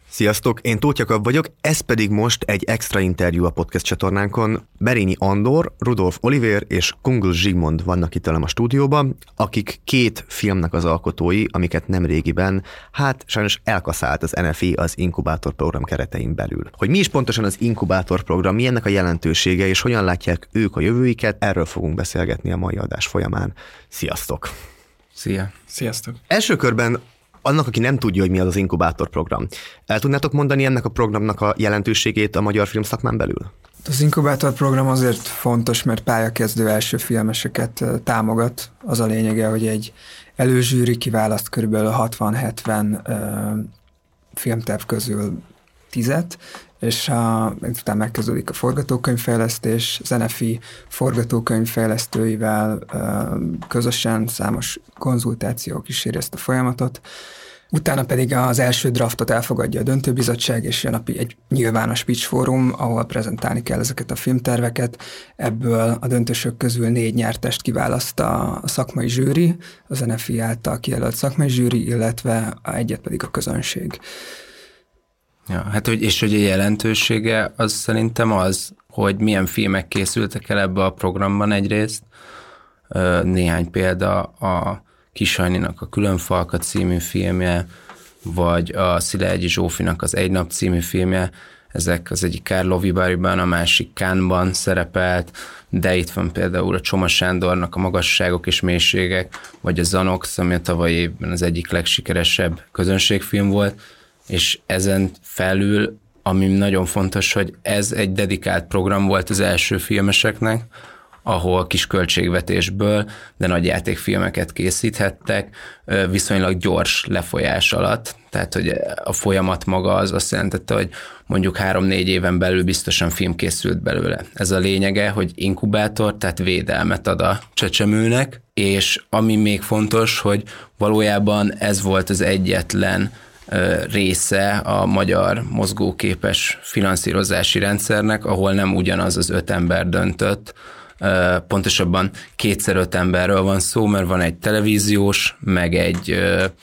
Sziasztok, én Tóth Jakab vagyok, ez pedig most egy extra interjú a podcast csatornánkon. Berényi Andor, Rudolf Olivér és Kungl Zsigmond vannak itt velem a stúdióban, akik két filmnek az alkotói, amiket nemrégiben, sajnos elkaszált az NFI az Inkubátor program keretein belül. Hogy mi is pontosan az Inkubátor program, mi ennek a jelentősége, és hogyan látják ők a jövőiket, erről fogunk beszélgetni a mai adás folyamán. Sziasztok! Szia! Sziasztok! Első körben annak, aki nem tudja, hogy mi az Inkubátor program, el tudnátok mondani ennek a programnak a jelentőségét a magyar filmszakmán belül? Az Inkubátor program azért fontos, mert pályakezdő első filmeseket támogat. Az a lényege, hogy egy előzsűri kiválaszt körülbelül 60-70 filmterv közül 10-et, és utána megkezdődik a forgatókönyvfejlesztés, az NFI forgatókönyvfejlesztőivel közösen számos konzultáció kíséri ezt a folyamatot. Utána pedig az első draftot elfogadja a döntőbizottság, és jön egy nyilvános pitch fórum, ahol prezentálni kell ezeket a filmterveket. Ebből a döntősök közül 4 nyertest kiválaszt a szakmai zsűri, az NFI által kijelölt szakmai zsűri, illetve egyet pedig a közönség. Ja, hát hogy a jelentősége az szerintem az, hogy milyen filmek készültek el ebbe a programban egyrészt. Néhány példa a Kishajninak a Különfalka című filmje, vagy a Szilágyi Zsófinak az Egy nap című filmje. Ezek az egyik Karlovy Varyban, a másik Cannes-ban szerepelt, de itt van például a Csoma Sándornak a Magasságok és mélységek, vagy a Zanox, ami a tavalyi évben az egyik legsikeresebb közönségfilm volt, és ezen felül, ami nagyon fontos, hogy ez egy dedikált program volt az első filmeseknek, ahol kis költségvetésből, de nagy játékfilmeket készíthettek, viszonylag gyors lefolyás alatt. Tehát, hogy a folyamat maga az azt jelentette, hogy mondjuk 3-4 éven belül biztosan film készült belőle. Ez a lényege, hogy inkubátor, tehát védelmet ad a csecsemőnek, és ami még fontos, hogy valójában ez volt az egyetlen része a magyar mozgóképes finanszírozási rendszernek, ahol nem ugyanaz az 5 ember döntött, pontosabban 2x5 emberről van szó, mert van egy televíziós, meg egy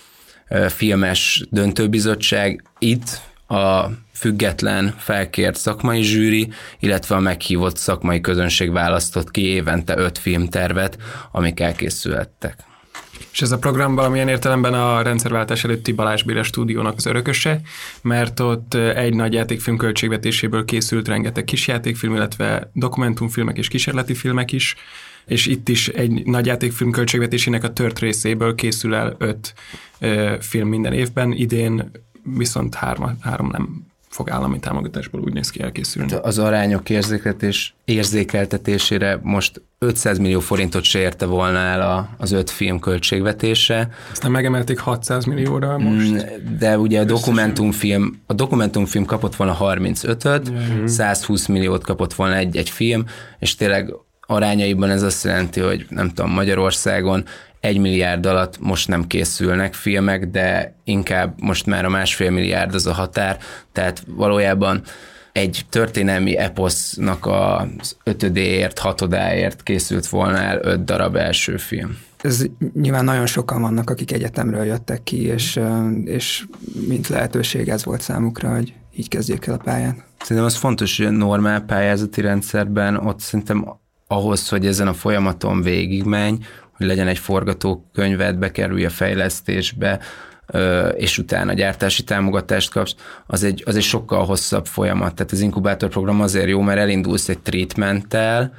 filmes döntőbizottság. Itt a független felkért szakmai zsűri, illetve a meghívott szakmai közönség választott ki évente 5 filmtervet, amik elkészülhettek. És ez a program valamilyen értelemben a rendszerváltás előtti Balázs Béla stúdiónak az örököse, mert ott egy nagy játékfilm költségvetéséből készült rengeteg kisjátékfilm, illetve dokumentumfilmek és kísérleti filmek is, és itt is egy nagy játékfilm költségvetésének a tört részéből készül el 5 film minden évben, idén viszont 3 nem fog állami támogatásból úgy néz ki elkészülni. Az arányok érzékeltetésére most 500 millió forintot se érte volna el az 5 film költségvetése. Aztán megemelték 600 millióra most. De ugye a dokumentumfilm kapott volna 35-öt, 120 milliót kapott volna egy film, és tényleg arányaiban ez azt jelenti, hogy nem tudom, Magyarországon 1 milliárd alatt most nem készülnek filmek, de inkább most már a 1,5 milliárd az a határ, tehát valójában egy történelmi eposznak az 5-ért, 6-odáért készült volna el 5 darab első film. Ez nyilván nagyon sokan vannak, akik egyetemről jöttek ki, és mint lehetőség ez volt számukra, hogy így kezdjék el a pályát. Szerintem az fontos, hogy a normál pályázati rendszerben ott szerintem ahhoz, hogy ezen a folyamaton végigmenj, hogy legyen egy forgatókönyved, bekerülj a fejlesztésbe, és utána gyártási támogatást kapsz, az egy sokkal hosszabb folyamat. Tehát az inkubátor program azért jó, mert elindulsz egy treatmenttel,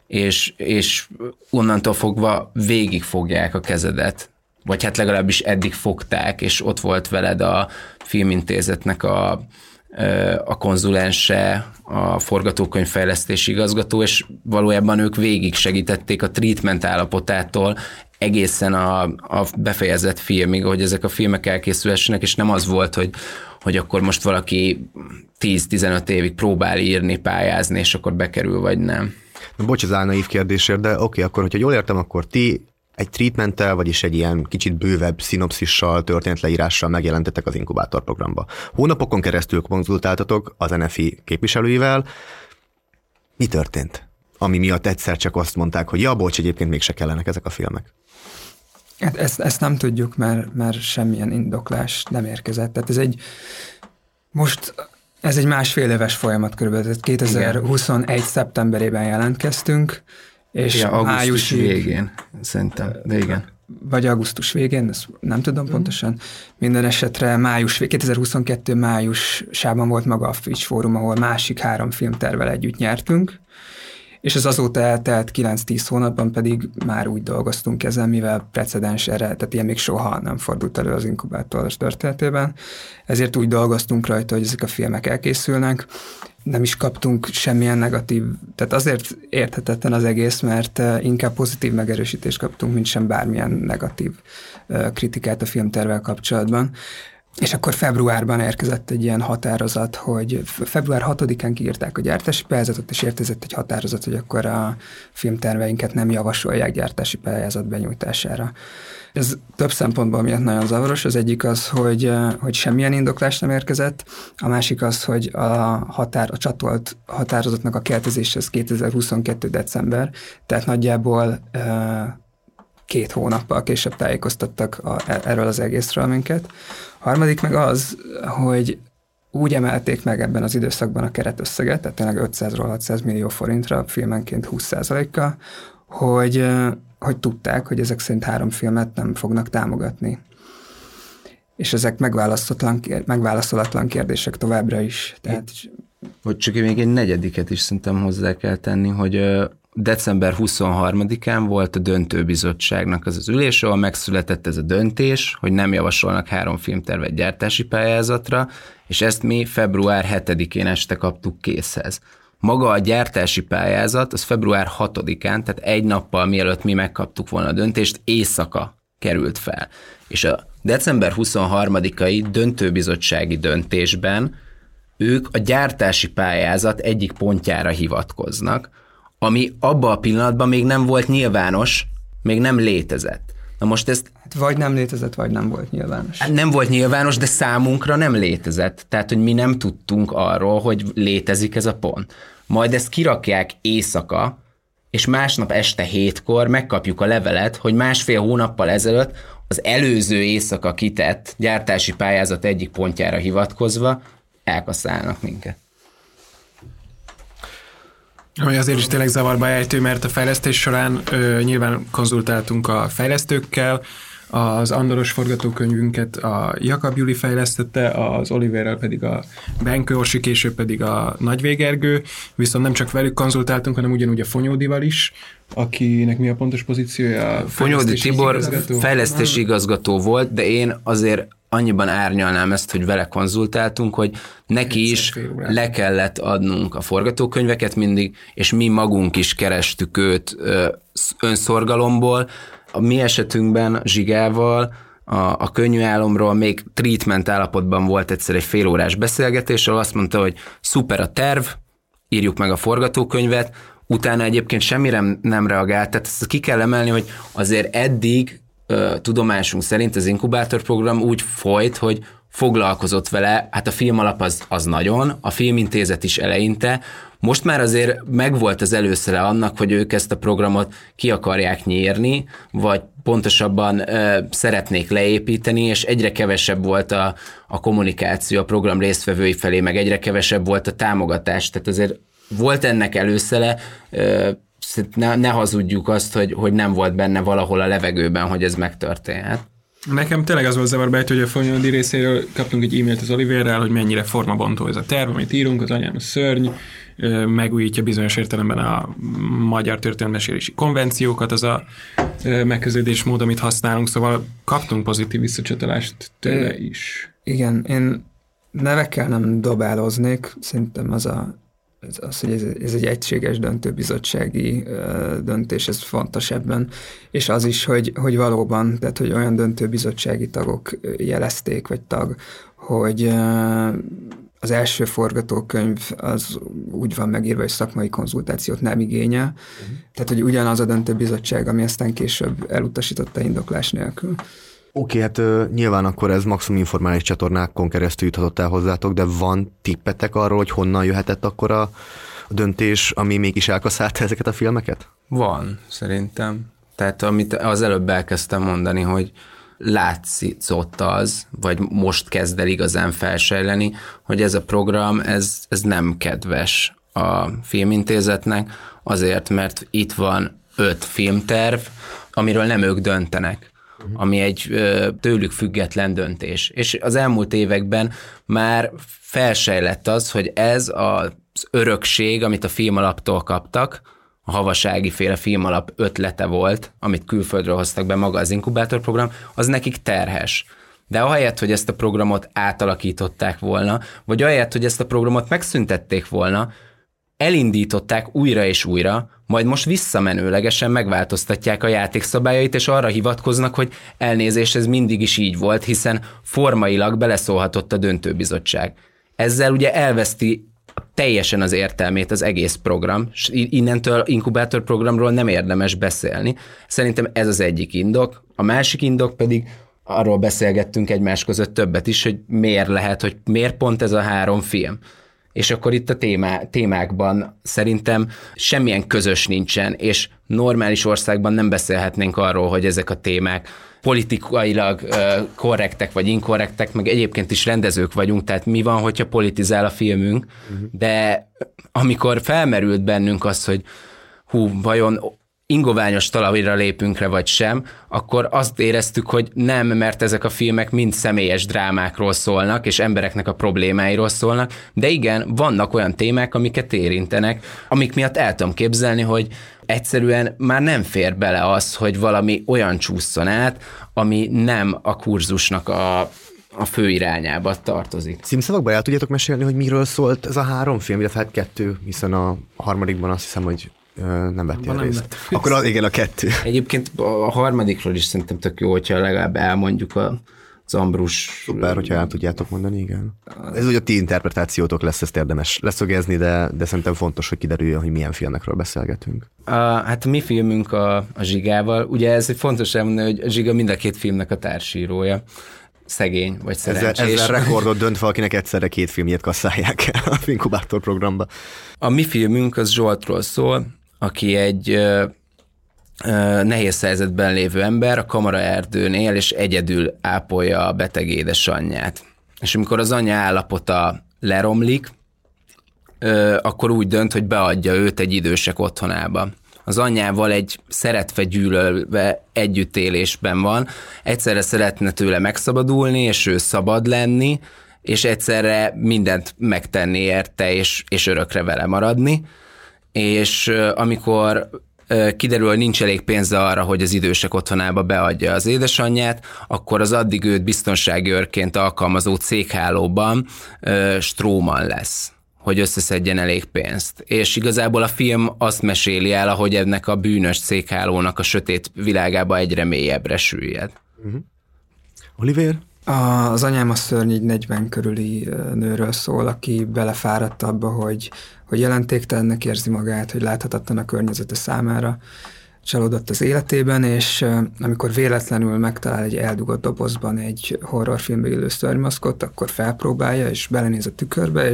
és onnantól fogva végig fogják a kezedet. Vagy hát legalábbis eddig fogták, és ott volt veled a filmintézetnek a konzulense, a forgatókönyvfejlesztési igazgató, és valójában ők végig segítették a treatment állapotától egészen a befejezett filmig, hogy ezek a filmek elkészülhessenek, és nem az volt, hogy akkor most valaki 10-15 évig próbál írni, pályázni, és akkor bekerül, vagy nem. Bocs az álnaív kérdésért, de oké, akkor, hogyha jól értem, akkor ti egy treatmenttel, vagyis egy ilyen kicsit bővebb szinopszissal, történetleírással megjelentettek az Inkubátor programba. Hónapokon keresztül konzultáltatok az NFI képviselőivel. Mi történt? Ami miatt egyszer csak azt mondták, hogy ja, bocs, egyébként mégse kellenek ezek a filmek. Hát ezt nem tudjuk, mert semmilyen indoklás nem érkezett. Tehát ez Most ez egy másfél éves folyamat körülbelül, tehát 2021. Igen. szeptemberében jelentkeztünk, és augusztus végén, szerintem, de igen. Vagy augusztus végén, ezt nem tudom pontosan. Minden esetre 2022. májusában volt maga a Fitch Fórum, ahol másik 3 filmtervvel együtt nyertünk, és az azóta eltelt 9-10 hónapban pedig már úgy dolgoztunk ezen, mivel precedens erre, tehát ilyen még soha nem fordult elő az inkubátor történetében. Ezért úgy dolgoztunk rajta, hogy ezek a filmek elkészülnek. Nem is kaptunk semmilyen negatív, tehát azért érthetetlen az egész, mert inkább pozitív megerősítést kaptunk, mint sem bármilyen negatív kritikát a filmtervvel kapcsolatban. És akkor februárban érkezett egy ilyen határozat, hogy február 6-án kiírták a gyártási pályázatot, és érkezett egy határozat, hogy akkor a filmterveinket nem javasolják gyártási pályázat benyújtására. Ez több szempontból miatt nagyon zavaros. Az egyik az, hogy semmilyen indoklás nem érkezett, a másik az, hogy a csatolt határozatnak a keltezéshez 2022. december, tehát nagyjából 2 hónappal később tájékoztattak erről az egészről minket. A harmadik meg az, hogy úgy emelték meg ebben az időszakban a keretösszeget, tehát tényleg 500-ról 600 millió forintra, filmenként 20%-kal, hogy tudták, hogy ezek szerint 3 filmet nem fognak támogatni. És ezek megválaszolatlan kérdések továbbra is. Tehát... Hogy csak még egy negyediket is szerintem hozzá kell tenni, hogy december 23-án volt a döntőbizottságnak az ülés, ahol megszületett ez a döntés, hogy nem javasolnak 3 filmtervet gyártási pályázatra, és ezt mi február 7-én este kaptuk készhez. Maga a gyártási pályázat, az február 6-án, tehát egy nappal mielőtt mi megkaptuk volna a döntést, éjszaka került fel. És a december 23-ai döntőbizottsági döntésben ők a gyártási pályázat egyik pontjára hivatkoznak, ami abban a pillanatban még nem volt nyilvános, még nem létezett. Na most ezt... Hát vagy nem létezett, vagy nem volt nyilvános. Nem volt nyilvános, de számunkra nem létezett. Tehát, hogy mi nem tudtunk arról, hogy létezik ez a pont. Majd ezt kirakják éjszaka, és másnap este 7-kor megkapjuk a levelet, hogy 1,5 hónappal ezelőtt az előző éjszaka kitett gyártási pályázat egyik pontjára hivatkozva elkasszálnak minket. Ami azért is tényleg zavarba ejtő, mert a fejlesztés során nyilván konzultáltunk a fejlesztőkkel, az Andoros forgatókönyvünket a Jakab Juli fejlesztette, az Oliverrel pedig a Benkő Orsi, később pedig a Nagyvég Gergő, viszont nem csak velük konzultáltunk, hanem ugyanúgy a Fonyódival is, akinek mi a pontos pozíciója? Fonyódi Tibor fejlesztési igazgató volt, de én azért annyiban árnyalnám ezt, hogy vele konzultáltunk, hogy neki is le kellett adnunk a forgatókönyveket mindig, és mi magunk is kerestük őt önszorgalomból. A mi esetünkben Zsigával a Könnyű álomról még treatment állapotban volt egyszer egy félórás beszélgetés, ahol azt mondta, hogy szuper a terv, írjuk meg a forgatókönyvet, utána egyébként semmire nem reagált, tehát ezt ki kell emelni, hogy azért eddig tudomásunk szerint az inkubátorprogram úgy folyt, hogy foglalkozott vele, hát a Filmalap az nagyon, a Filmintézet is eleinte, most már azért megvolt az előszere annak, hogy ők ezt a programot ki akarják nyírni, vagy pontosabban szeretnék leépíteni, és egyre kevesebb volt a kommunikáció a program résztvevői felé, meg egyre kevesebb volt a támogatás, tehát azért volt ennek előszere, ne hazudjuk azt, hogy nem volt benne valahol a levegőben, hogy ez megtörténhet. Nekem tényleg az volt zavarba, hogy a Fonyódi részéről kaptunk egy e-mailt az Oliverrel, hogy mennyire formabontó ez a terv, amit írunk, az anyám a szörny, megújítja bizonyos értelemben a magyar történelmesélési konvenciókat, az a megközelítésmód, amit használunk, szóval kaptunk pozitív visszacsatolást tőle is. Igen, én nevekkel nem dobáloznék, szerintem az, hogy ez egy egységes döntőbizottsági döntés, ez fontos ebben, és az is, hogy valóban, tehát hogy olyan döntőbizottsági tagok jelezték, vagy tag, hogy az első forgatókönyv az úgy van megírva, hogy szakmai konzultációt nem igényel, tehát hogy ugyanaz a döntőbizottság, ami aztán később elutasította indoklás nélkül. Oké, hát nyilván akkor ez maximum informális csatornákon keresztül juthatott el hozzátok, de van tippetek arról, hogy honnan jöhetett akkor a döntés, ami mégis elkasszálta ezeket a filmeket? Van, szerintem. Tehát amit az előbb elkezdtem mondani, hogy látszott az, vagy most kezd el igazán felsejleni, hogy ez a program, ez nem kedves a Filmintézetnek, azért, mert itt van 5 filmterv, amiről nem ők döntenek, ami egy tőlük független döntés. És az elmúlt években már felsejlett az, hogy ez az örökség, amit a Filmalaptól kaptak, a Havasági féle Filmalap ötlete volt, amit külföldről hoztak be maga az inkubátorprogram, az nekik terhes. De ahelyett, hogy ezt a programot átalakították volna, vagy ahelyett, hogy ezt a programot megszüntették volna, elindították újra és újra, majd most visszamenőlegesen megváltoztatják a játékszabályait, és arra hivatkoznak, hogy elnézés, ez mindig is így volt, hiszen formailag beleszólhatott a döntőbizottság. Ezzel ugye elveszti teljesen az értelmét az egész program, és innentől inkubátorprogramról nem érdemes beszélni. Szerintem ez az egyik indok. A másik indok pedig, arról beszélgettünk egymás között többet is, hogy miért lehet, hogy miért pont ez a 3 film. És akkor itt a témákban szerintem semmilyen közös nincsen, és normális országban nem beszélhetnénk arról, hogy ezek a témák politikailag korrektek vagy inkorrektek, meg egyébként is rendezők vagyunk, tehát mi van, hogyha politizál a filmünk, de amikor felmerült bennünk az, hogy vajon ingoványos talajra lépünkre vagy sem, akkor azt éreztük, hogy nem, mert ezek a filmek mind személyes drámákról szólnak, és embereknek a problémáiról szólnak, de igen, vannak olyan témák, amiket érintenek, amik miatt el tudom képzelni, hogy egyszerűen már nem fér bele az, hogy valami olyan csúszson át, ami nem a kurzusnak a fő irányába tartozik. Címszavakban el tudjátok mesélni, hogy miről szólt ez a 3 film, illetve hát 2, hiszen a harmadikban azt hiszem, hogy nem vettél részt. Akkor igen, a 2. Egyébként a harmadikról is szerintem tök jó, hogyha legalább elmondjuk az Ambrus... Szuper, hogyha el tudjátok mondani, igen. Ez ugye a ti interpretációtok lesz, ezt érdemes leszögezni, de szerintem fontos, hogy kiderüljön, hogy milyen filmekről beszélgetünk. Hát a mi filmünk a Zsigával, ugye ez fontos elmondani, hogy a Zsiga mind a 2 filmnek a társírója. Szegény, vagy szerencsés. Ezzel rekordot dönt valakinek egyszerre 2 filmjét kasszálják el a inkubátor programba. A mi filmünk az Zsoltról szól, aki egy nehéz helyzetben lévő ember, a Kamaraerdőnél, és egyedül ápolja a beteg édesanyját. És amikor az anyja állapota leromlik, akkor úgy dönt, hogy beadja őt egy idősek otthonába. Az anyjával egy szeretve gyűlölve együttélésben van, egyszerre szeretne tőle megszabadulni, és ő szabad lenni, és egyszerre mindent megtenni érte, és örökre vele maradni. És amikor kiderül, hogy nincs elég pénze arra, hogy az idősek otthonába beadja az édesanyját, akkor az addig őt biztonsági őrként alkalmazó céghálóban stróman lesz, hogy összeszedjen elég pénzt. És igazából a film azt meséli el, ahogy ennek a bűnös céghálónak a sötét világába egyre mélyebbre süllyed. Oliver? Az anyám a szörny 40 körüli nőről szól, aki belefáradt abba, hogy jelentéktelennek érzi magát, hogy láthatatlan a környezete számára, csalódott az életében, és amikor véletlenül megtalál egy eldugott dobozban egy horrorfilmbe illő szörnymaszkot, akkor felpróbálja, és belenéz a tükörbe,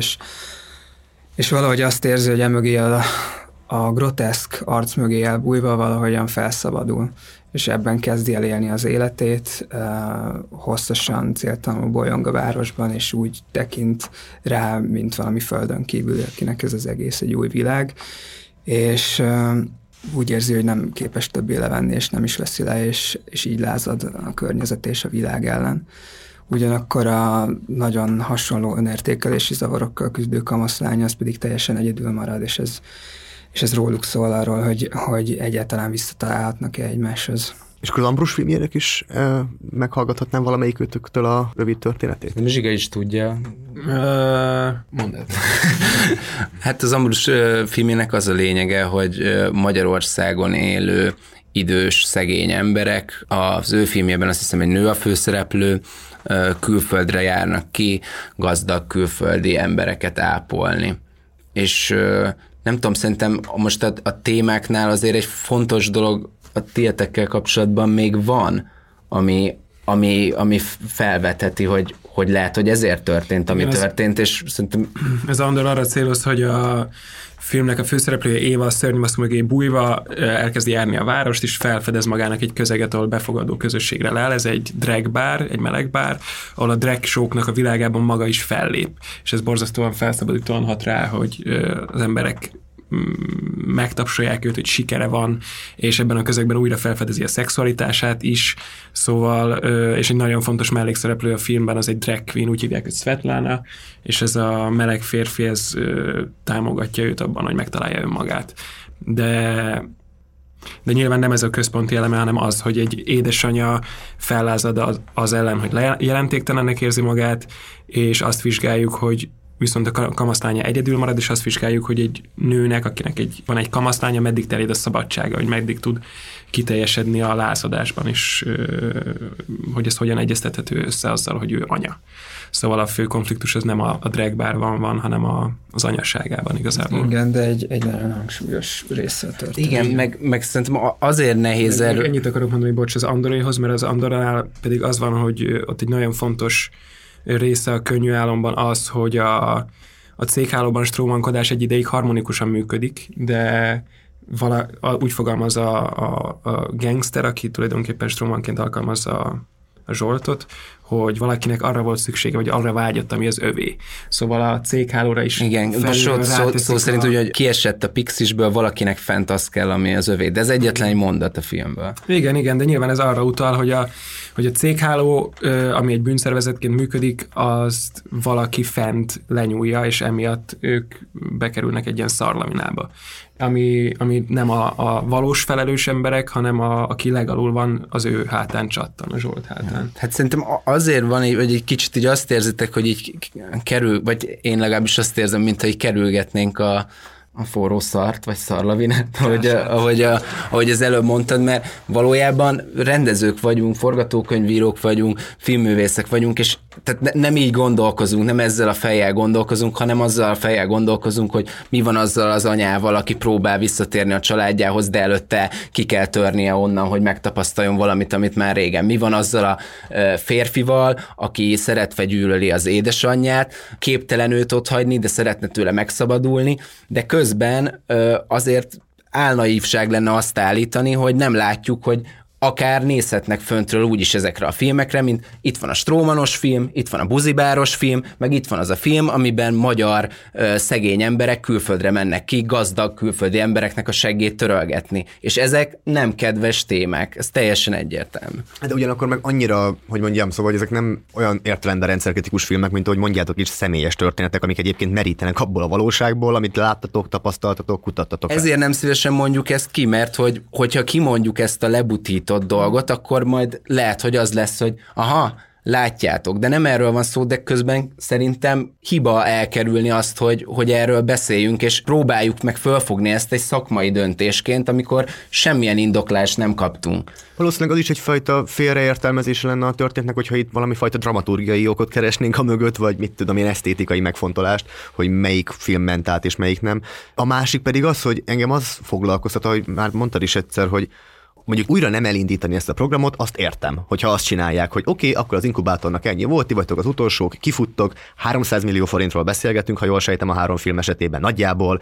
és valahogy azt érzi, hogy emögé a groteszk arc mögé elbújva valahogyan felszabadul, és ebben kezdi el élni az életét, hosszasan, céltalanul bolyong a városban, és úgy tekint rá, mint valami földön kívül, akinek ez az egész egy új világ, és úgy érzi, hogy nem képes többé levenni, és nem is veszi le, és így lázad a környezet és a világ ellen. Ugyanakkor a nagyon hasonló önértékelési zavarokkal küzdő kamaszlány, az pedig teljesen egyedül marad, és ez róluk szól arról, hogy egyáltalán visszatalálhatnak-e egymáshoz. És akkor az Ambrus filmjének is meghallgathatnám valamelyik őtöktől a rövid történetét? Nem, Zsiga is tudja. Mondd el. Hát az Ambrus filmjének az a lényege, hogy Magyarországon élő idős, szegény emberek, az ő filmjében azt hiszem egy nő a főszereplő, külföldre járnak ki, gazdag külföldi embereket ápolni. És nem tudom, szerintem most a témáknál azért egy fontos dolog a tietekkel kapcsolatban még van, ami felvetheti, hogy lehet, hogy ezért történt, ami történt, és szerintem... Ez Andor arra céloz, hogy a filmnek a főszereplője Éva a szörnymaszk mögé bújva elkezdi járni a várost, és felfedez magának egy közeget, ahol befogadó közösségre leáll. Ez egy drag bar, egy meleg bár, ahol a drag show-knak a világában maga is fellép. És ez borzasztóan felszabadítóan hat rá, hogy az emberek megtapsolják őt, hogy sikere van, és ebben a közegben újra felfedezi a szexualitását is, szóval, és egy nagyon fontos mellékszereplő a filmben az egy drag queen, úgy hívják, hogy Svetlana, és ez a meleg férfi, ez támogatja őt abban, hogy megtalálja önmagát. De nyilván nem ez a központi eleme, hanem az, hogy egy édesanyja fellázad az ellen, hogy jelentéktelennek érzi magát, és azt vizsgáljuk, hogy viszont a kamaszlánya egyedül marad, és azt vizsgáljuk, hogy egy nőnek, akinek van egy kamaszlánya, meddig terjed a szabadsága, hogy meddig tud kiteljesedni a lázadásban, és hogy ez hogyan egyeztethető össze azzal, hogy ő anya. Szóval a fő konfliktus az nem a dragbarban van, hanem az anyaságában igazából. Igen, de egy nagyon hangsúlyos része történik. Igen, meg szerintem azért nehéz erről. Ennyit akarok mondani, bocs, az Andoréhoz, mert az Andoránál pedig az van, hogy ott egy nagyon fontos része a Könnyű álomban az, hogy a céghálóban strómankodás egy ideig harmonikusan működik, de úgy fogalmaz a gangster, aki tulajdonképpen strómanként alkalmazza a Zsoltot, hogy valakinek arra volt szüksége, vagy arra vágyott, ami az övé. Szóval a céghálóra is igen, szó szerint úgy, hogy kiesett a Pixisből, valakinek fent az kell, ami az övé. De ez egyetlen egy mondat a filmből. Igen, de nyilván ez arra utal, hogy a cégháló, ami egy bűnszervezetként működik, azt valaki fent lenyúlja, és emiatt ők bekerülnek egy ilyen szarlaminába. Ami nem a valós felelős emberek, hanem aki legalul van, az ő hátán csattan, a Zsolt hátán. Hát szerintem azért van, hogy egy kicsit így azt érzitek, hogy így kerül, vagy én legalábbis azt érzem, mintha így kerülgetnénk a forró szart, vagy szarlavinát, ahogy az előbb mondtad, mert valójában rendezők vagyunk, forgatókönyvírók vagyunk, filmművészek vagyunk, és tehát nem így gondolkozunk, nem ezzel a fejjel gondolkozunk, hanem azzal a fejjel gondolkozunk, hogy mi van azzal az anyával, aki próbál visszatérni a családjához, de előtte ki kell törnie onnan, hogy megtapasztaljon valamit, amit már régen. Mi van azzal a férfival, aki szeretve gyűlöli az édesanyját, képtelen őt otthagyni, de szeretne tőle megszabadulni, de közben azért álnaívság lenne azt állítani, hogy nem látjuk, hogy akár nézhetnek föntről úgyis ezekre a filmekre, mint itt van a strómanos film, itt van a buzibáros film, meg itt van az a film, amiben magyar szegény emberek külföldre mennek ki, gazdag külföldi embereknek a seggét törölgetni. És ezek nem kedves témák, ez teljesen egyértelmű. De ugyanakkor meg annyira, hogy mondjam, szóval, hogy ezek nem olyan értelemben rendszerkritikus filmek, mint ahogy mondjátok is, személyes történetek, amik egyébként merítenek abból a valóságból, amit láttatok, tapasztaltatok, kutattatok. Ezért nem szívesen mondjuk ezt ki, mert hogyha kimondjuk ezt a lebutított dolgot, akkor majd lehet, hogy az lesz, hogy látjátok, de nem erről van szó, de közben szerintem hiba elkerülni azt, hogy erről beszéljünk, és próbáljuk meg fölfogni ezt egy szakmai döntésként, amikor semmilyen indoklást nem kaptunk. Valószínűleg az is egyfajta félreértelmezése lenne a történetnek, hogyha itt valami fajta dramaturgiai okot keresnénk a mögött, vagy mit tudom én, esztétikai megfontolást, hogy melyik film ment át és melyik nem. A másik pedig az, hogy engem az foglalkoztat, hogy már mondtad is egyszer, hogy mondjuk újra nem elindítani ezt a programot, azt értem, hogyha azt csinálják, hogy oké, akkor az inkubátornak ennyi volt, ti vagytok az utolsók, kifuttok, 300 millió forintról beszélgetünk, ha jól sejtem a 3 film esetében nagyjából.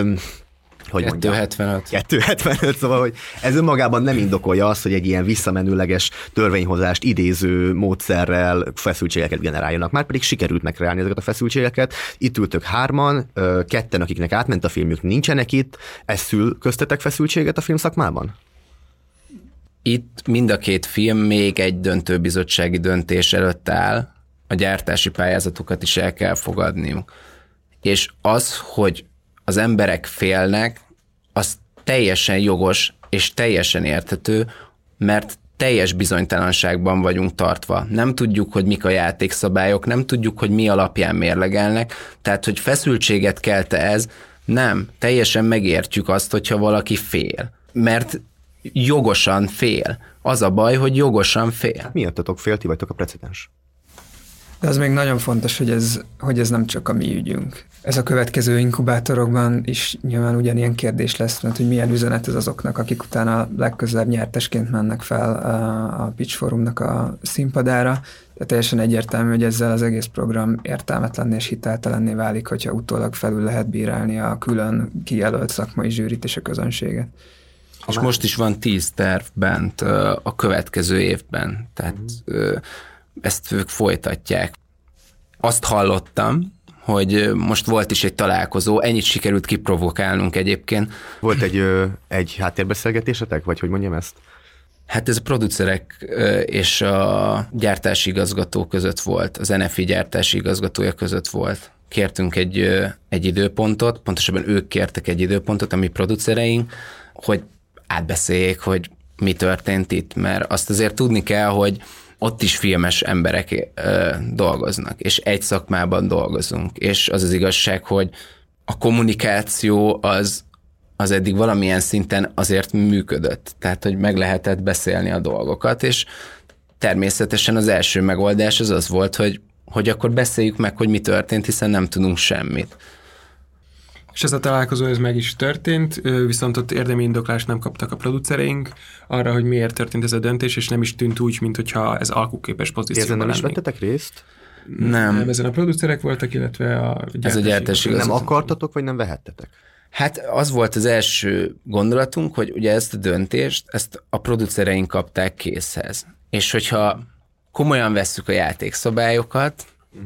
275, szóval, hogy ez önmagában nem indokolja azt, hogy egy ilyen visszamenőleges törvényhozást idéző módszerrel feszültségeket generáljanak. Már pedig sikerült megkreálni ezeket a feszültségeket. Itt ültök 3-an, 2, akiknek átment a filmjük, nincsenek itt. Ez szül köztetek feszültséget a filmszakmában? Itt mind a 2 film még egy döntőbizottsági döntés előtt áll, a gyártási pályázatokat is el kell fogadniuk. És az, hogy az emberek félnek, az teljesen jogos és teljesen érthető, mert teljes bizonytalanságban vagyunk tartva. Nem tudjuk, hogy mik a játékszabályok, nem tudjuk, hogy mi alapján mérlegelnek, tehát, hogy feszültséget kelte ez, nem, teljesen megértjük azt, hogyha valaki fél. Mert jogosan fél. Az a baj, hogy jogosan fél. Miattatok fél, ti vagytok a precedens? De az még nagyon fontos, hogy ez nem csak a mi ügyünk. Ez a következő inkubátorokban is nyilván ugyanilyen kérdés lesz, mert hogy milyen üzenet ez azoknak, akik utána legközelebb nyertesként mennek fel a Pitch Forumnak a színpadára. De teljesen egyértelmű, hogy ezzel az egész program értelmetlenné és hiteltelenné válik, hogyha utólag felül lehet bírálni a külön kijelölt szakmai zsűrit és a közönséget. És most is van 10 terv bent a következő évben, tehát ezt ők folytatják. Azt hallottam, hogy most volt is egy találkozó, ennyit sikerült kiprovokálnunk egyébként. Volt egy háttérbeszélgetésetek, vagy hogy mondjam ezt? Hát ez a producerek és a gyártási igazgató között volt, az NFI gyártási igazgatója között volt. Kértünk egy időpontot, pontosabban ők kértek egy időpontot, a mi producereink, hogy átbeszéljék, hogy mi történt itt, mert azt azért tudni kell, hogy ott is filmes emberek dolgoznak, és egy szakmában dolgozunk, és az az igazság, hogy a kommunikáció az eddig valamilyen szinten azért működött, tehát, hogy meg lehetett beszélni a dolgokat, és természetesen az első megoldás az volt, hogy akkor beszéljük meg, hogy mi történt, hiszen nem tudunk semmit. És ez a találkozó ez meg is történt, viszont ott érdemi indoklást nem kaptak a producereink arra, hogy miért történt ez a döntés, és nem is tűnt úgy, mintha ez alkuképes pozícióban lennénk. Ezen nem is vettetek részt? Nem. Ezen a producerek voltak, illetve ez a gyártási nem akartatok, vagy nem vehettetek? Hát az volt az első gondolatunk, hogy ugye ezt a döntést, ezt a producereink kapták készhez. És hogyha komolyan vesszük a játékszabályokat,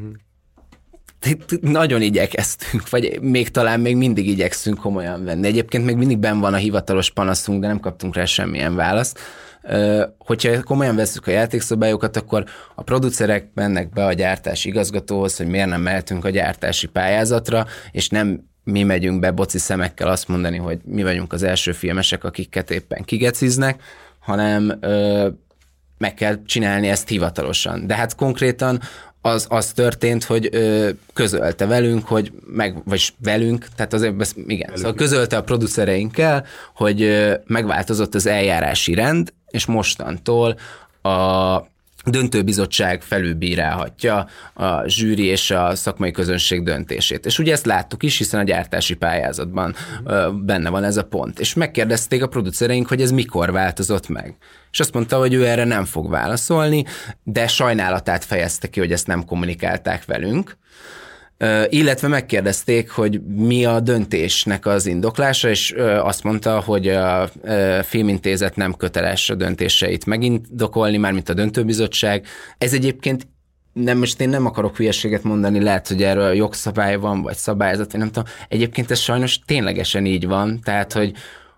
nagyon igyekeztünk, vagy talán még mindig igyekszünk komolyan venni. Egyébként még mindig benn van a hivatalos panaszunk, de nem kaptunk rá semmilyen választ. Hogyha komolyan vesszük a játékszabályokat, akkor a producerek mennek be a gyártási igazgatóhoz, hogy miért nem mehetünk a gyártási pályázatra, és nem mi megyünk be boci szemekkel azt mondani, hogy mi vagyunk az első filmesek, akiket éppen kigeciznek, hanem meg kell csinálni ezt hivatalosan. De hát konkrétan az történt, hogy közölte velünk, vagy velünk, tehát azért igen, szóval közölte a producereinkkel, hogy megváltozott az eljárási rend, és mostantól a döntőbizottság felülbírálhatja a zsűri és a szakmai közönség döntését. És ugye ezt láttuk is, hiszen a gyártási pályázatban benne van ez a pont. És megkérdezték a producereink, hogy ez mikor változott meg. És azt mondta, hogy ő erre nem fog válaszolni, de sajnálatát fejezte ki, hogy ezt nem kommunikálták velünk. Illetve megkérdezték, hogy mi a döntésnek az indoklása, és azt mondta, hogy a Filmintézet nem köteles a döntéseit megindokolni, mármint a döntőbizottság. Ez egyébként most én nem akarok hülyeséget mondani, lehet, hogy erről jogszabály van, vagy szabályzat, vagy nem tudom. Egyébként ez sajnos ténylegesen így van, tehát, hogy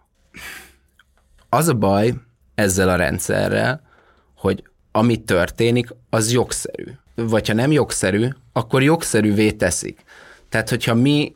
az a baj ezzel a rendszerrel, hogy ami történik, az jogszerű. Vagy ha nem jogszerű, akkor jogszerűvé teszik. Tehát, hogyha mi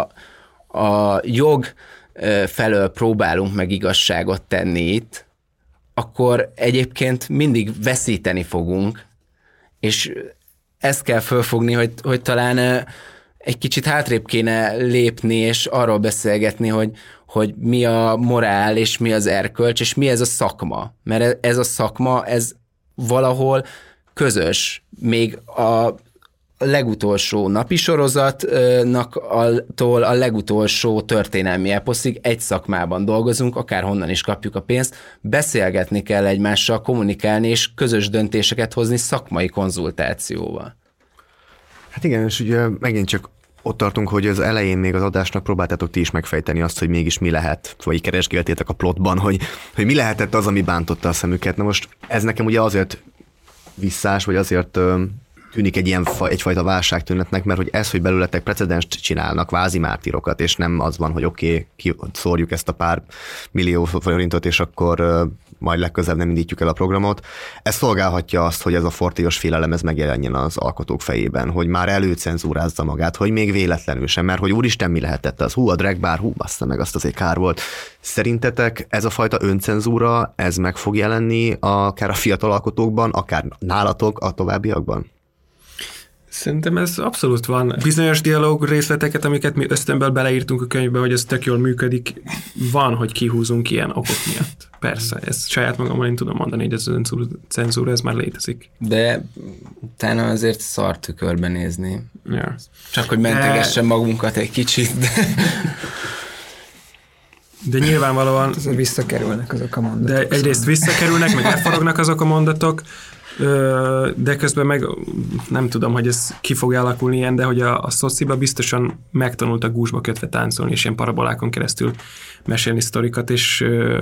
a jog felől próbálunk meg igazságot tenni itt, akkor egyébként mindig veszíteni fogunk, és ezt kell fölfogni, hogy talán egy kicsit hátrébb kéne lépni, és arról beszélgetni, hogy mi a morál, és mi az erkölcs, és mi ez a szakma. Mert ez a szakma, ez valahol közös. Még a legutolsó napi sorozatnak a legutolsó történelmi eposzig egy szakmában dolgozunk, akárhonnan is kapjuk a pénzt, beszélgetni kell egymással, kommunikálni és közös döntéseket hozni szakmai konzultációval. Hát igen, és ugye megint csak ott tartunk, hogy az elején még az adásnak próbáltátok ti is megfejteni azt, hogy mégis mi lehet, vagy keresgéltétek a plotban, hogy mi lehetett az, ami bántotta a szemüket. Na most ez nekem ugye azért visszás, vagy azért tűnik egyfajta válságtűnetnek, mert hogy ez, hogy belőletek precedenst csinálnak, kvázi mártírokat, és nem az van, hogy oké, szórjuk ezt a pár millió forintot, és akkor majd legközelebb nem indítjuk el a programot. Ez szolgálhatja azt, hogy ez a fortélyos félelem ez megjelenjen az alkotók fejében, hogy már előcenzúrázza magát, hogy még véletlenül sem, mert hogy úristen, mi lehetett az? A drag bar, bassza meg, azt azért kár volt. Szerintetek ez a fajta öncenzúra, ez meg fog jelenni akár a fiatal alkotókban, akár nálatok a továbbiakban? Szerintem ez abszolút van. Bizonyos dialóg részleteket, amiket mi ösztönből beleírtunk a könyvbe, hogy ez tök jól működik, van, hogy kihúzunk ilyen okok miatt. Persze, ezt saját magammal én tudom mondani, hogy ez a cenzúra, ez már létezik. De utána azért szar tükörbe nézni. Ja. Csak hogy mentegessen magunkat egy kicsit. De nyilvánvalóan... Azért visszakerülnek azok a mondatok. De egyrészt visszakerülnek, meg leforognak azok a mondatok, de közben meg nem tudom, hogy ez ki fog alakulni ilyen, de hogy a szociba biztosan megtanultak gúzsba kötve táncolni, és ilyen parabolákon keresztül mesélni sztorikat, és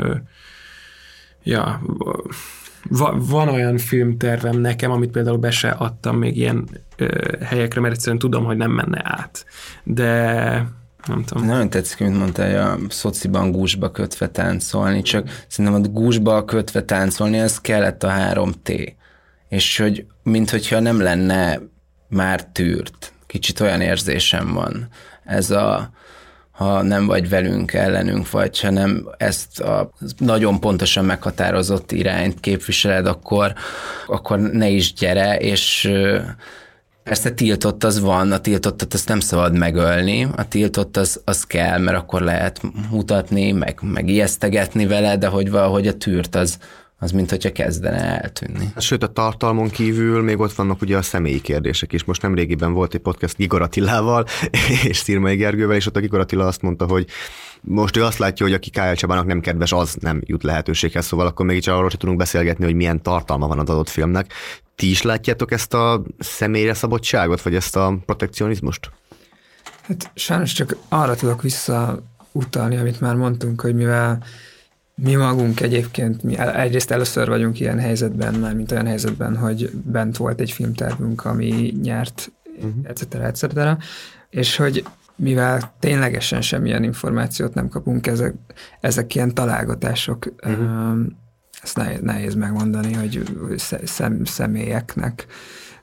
van olyan filmtervem nekem, amit például be se adtam még ilyen helyekre, mert egyszerűen tudom, hogy nem menne át. De nem tudom. Nagyon tetszik, mint mondtál, hogy a szociban gúzsba kötve táncolni, csak szerintem a gúzsba kötve táncolni, az kellett a 3T. És hogy minthogyha nem lenne már tűrt. Kicsit olyan érzésem van. Ez ha nem vagy velünk, ellenünk vagy, ha nem ezt a nagyon pontosan meghatározott irányt képviseled, akkor ne is gyere, és persze tiltott az van, a tiltottat azt nem szabad megölni, a tiltott az kell, mert akkor lehet mutatni, meg ijesztegetni vele, de hogy valahogy a tűrt az mint hogyha kezdene eltűnni. Sőt, a tartalmon kívül még ott vannak ugye a személyi kérdések is. Most nemrégiben volt egy podcast Gigor Attilával és Szirmai Gergővel, és ott a Gigor Attila azt mondta, hogy most ő azt látja, hogy aki K.L. Csabának nem kedves, az nem jut lehetőséghez, szóval akkor még csak arról sem tudunk beszélgetni, hogy milyen tartalma van az adott filmnek. Ti is látjátok ezt a személyre szabadságot, vagy ezt a protekcionizmust? Hát sajnos csak arra tudok visszautalni, amit már mondtunk, hogy mivel mi magunk egyébként, egyrészt először vagyunk ilyen helyzetben, mint olyan helyzetben, hogy bent volt egy filmtervünk, ami nyert, etc. És hogy mivel ténylegesen semmilyen információt nem kapunk, ezek ilyen találgatások, ezt nehéz megmondani, hogy személyeknek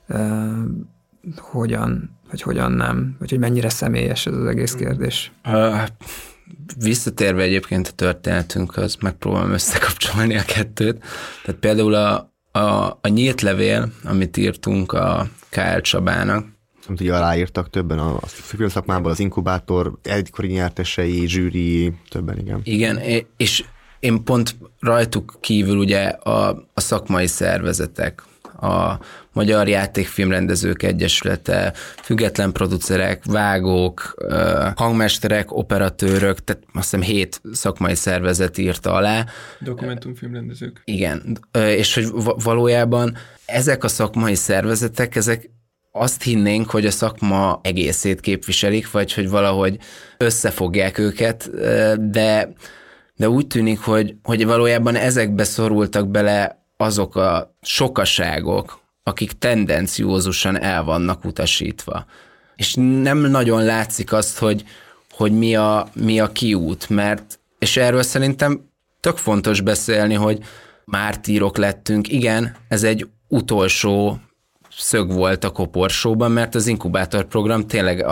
hogyan nem, vagy hogy mennyire személyes ez az egész kérdés. Visszatérve egyébként a történetünkhöz, megpróbálom összekapcsolni a kettőt. Tehát például a nyílt levél, amit írtunk a K.L. Csabának. Amit ugye aláírtak többen a filmszakmából, az Inkubátor, egykori nyertesei, zsűri, többen, igen. Igen, és én pont rajtuk kívül ugye a szakmai szervezetek, a Magyar Játékfilmrendezők Egyesülete, független producerek, vágók, hangmesterek, operatőrök, tehát azt hiszem 7 szakmai szervezet írta alá. Dokumentumfilmrendezők. Igen, és hogy valójában ezek a szakmai szervezetek, ezek azt hinnénk, hogy a szakma egészét képviselik, vagy hogy valahogy összefogják őket, de úgy tűnik, hogy valójában ezekbe szorultak bele azok a sokaságok, akik tendenciózusan el vannak utasítva. És nem nagyon látszik azt, hogy mi a kiút, és erről szerintem tök fontos beszélni, hogy mártírok lettünk. Igen, ez egy utolsó szög volt a koporsóban, mert az Inkubátor program tényleg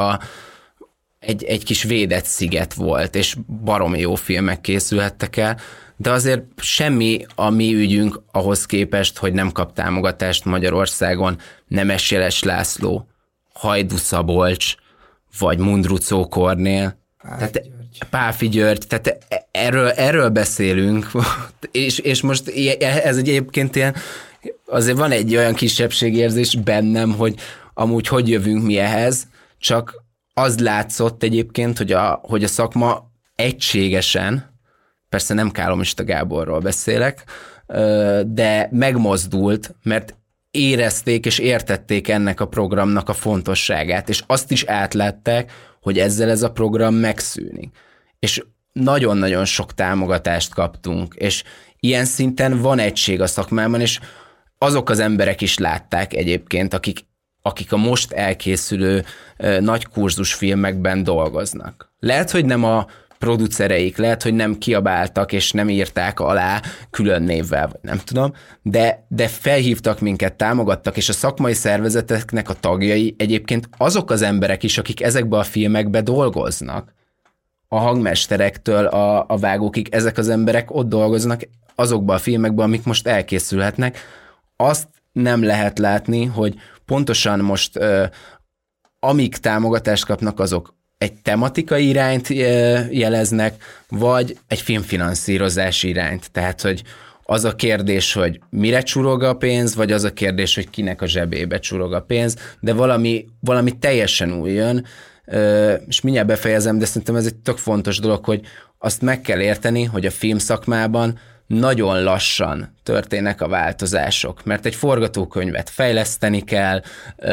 egy kis védett sziget volt, és baromi jó filmek készülhettek el, de azért semmi a mi ügyünk ahhoz képest, hogy nem kap támogatást Magyarországon Nemes Jeles László, Hajdú Szabolcs, vagy Mundruczó Kornél. Páfi György, tehát erről beszélünk, és most ez egyébként ilyen, azért van egy olyan kisebbségérzés bennem, hogy hogy jövünk mi ehhez, csak az látszott egyébként, hogy a szakma egységesen, persze nem Kálomista Gáborról beszélek, de megmozdult, mert érezték és értették ennek a programnak a fontosságát, és azt is átlátták, hogy ezzel ez a program megszűnik. És nagyon-nagyon sok támogatást kaptunk, és ilyen szinten van egység a szakmában, és azok az emberek is látták egyébként, akik a most elkészülő nagy kurzus filmekben dolgoznak. Lehet, hogy nem a producereik, lehet, hogy nem kiabáltak és nem írták alá külön névvel, vagy nem tudom, de felhívtak minket, támogattak, és a szakmai szervezeteknek a tagjai egyébként azok az emberek is, akik ezekben a filmekben dolgoznak. A hangmesterektől a vágókig, ezek az emberek ott dolgoznak azokban a filmekben, amik most elkészülhetnek. Azt nem lehet látni, hogy pontosan most amíg támogatást kapnak, azok egy tematikai irányt jeleznek, vagy egy filmfinanszírozási irányt. Tehát, hogy az a kérdés, hogy mire csurog a pénz, vagy az a kérdés, hogy kinek a zsebébe csurog a pénz, de valami teljesen új jön, és mindjárt befejezem, de szerintem ez egy tök fontos dolog, hogy azt meg kell érteni, hogy a filmszakmában nagyon lassan történnek a változások, mert egy forgatókönyvet fejleszteni kell,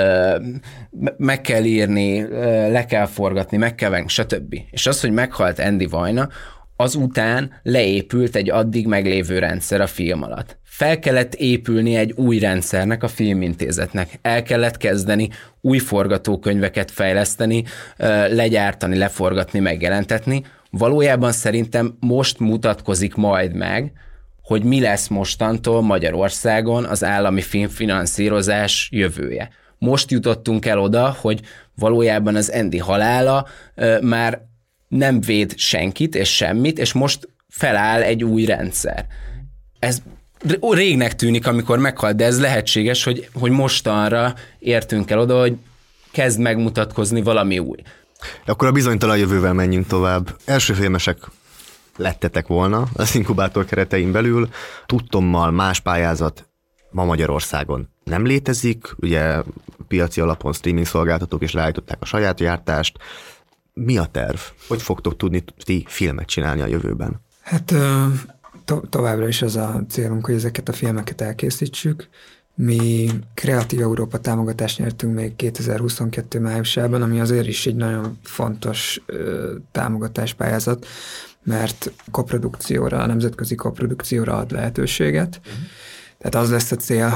meg kell írni, le kell forgatni, meg kell venni, stb. És az, hogy meghalt Andy Vajna, azután leépült egy addig meglévő rendszer a film alatt. Fel kellett épülni egy új rendszernek, a Filmintézetnek. El kellett kezdeni új forgatókönyveket fejleszteni, legyártani, leforgatni, megjelentetni. Valójában szerintem most mutatkozik majd meg, hogy mi lesz mostantól Magyarországon az állami filmfinanszírozás jövője. Most jutottunk el oda, hogy valójában az Andy halála már nem véd senkit és semmit, és most feláll egy új rendszer. Ez régnek tűnik, amikor meghalt, de ez lehetséges, hogy mostanra értünk el oda, hogy kezd megmutatkozni valami új. Akkor a bizonytalan jövővel menjünk tovább. Első filmesek lettetek volna az inkubátor keretein belül. Tudtommal más pályázat ma Magyarországon nem létezik. Ugye piaci alapon streaming szolgáltatók is leállították a saját gyártást. Mi a terv? Hogy fogtok tudni ti filmet csinálni a jövőben? Hát továbbra is az a célunk, hogy ezeket a filmeket elkészítsük. Mi Kreatív Európa támogatást nyertünk még 2022 májusában, ami azért is egy nagyon fontos támogatáspályázat, mert koprodukcióra, nemzetközi koprodukcióra ad lehetőséget. Tehát az lesz a cél,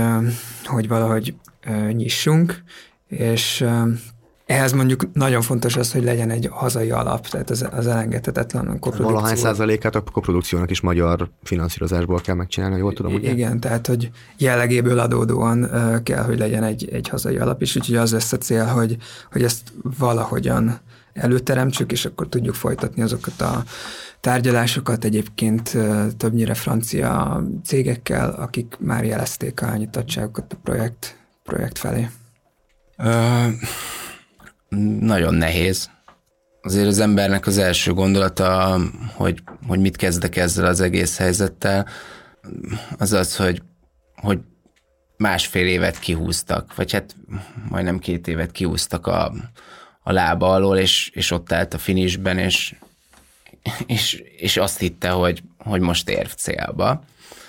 hogy valahogy nyissunk, és ehhez mondjuk nagyon fontos az, hogy legyen egy hazai alap, tehát az elengedhetetlen a koprodukció. Valahány százalékát a koprodukciónak is magyar finanszírozásból kell megcsinálni, jól tudom, ugye? Igen, tehát hogy jellegéből adódóan kell, hogy legyen egy hazai alap is, úgyhogy az lesz a cél, hogy ezt valahogyan előteremtsük, és akkor tudjuk folytatni azokat a tárgyalásokat egyébként többnyire francia cégekkel, akik már jelezték a nyitottságukat a projekt felé. Nagyon nehéz. Azért az embernek az első gondolata, hogy mit kezdek ezzel az egész helyzettel, az az, hogy másfél évet kihúztak, vagy hát majdnem 2 évet kihúztak a lába alól, és ott állt a finishben, és azt hitte, hogy most ér célba.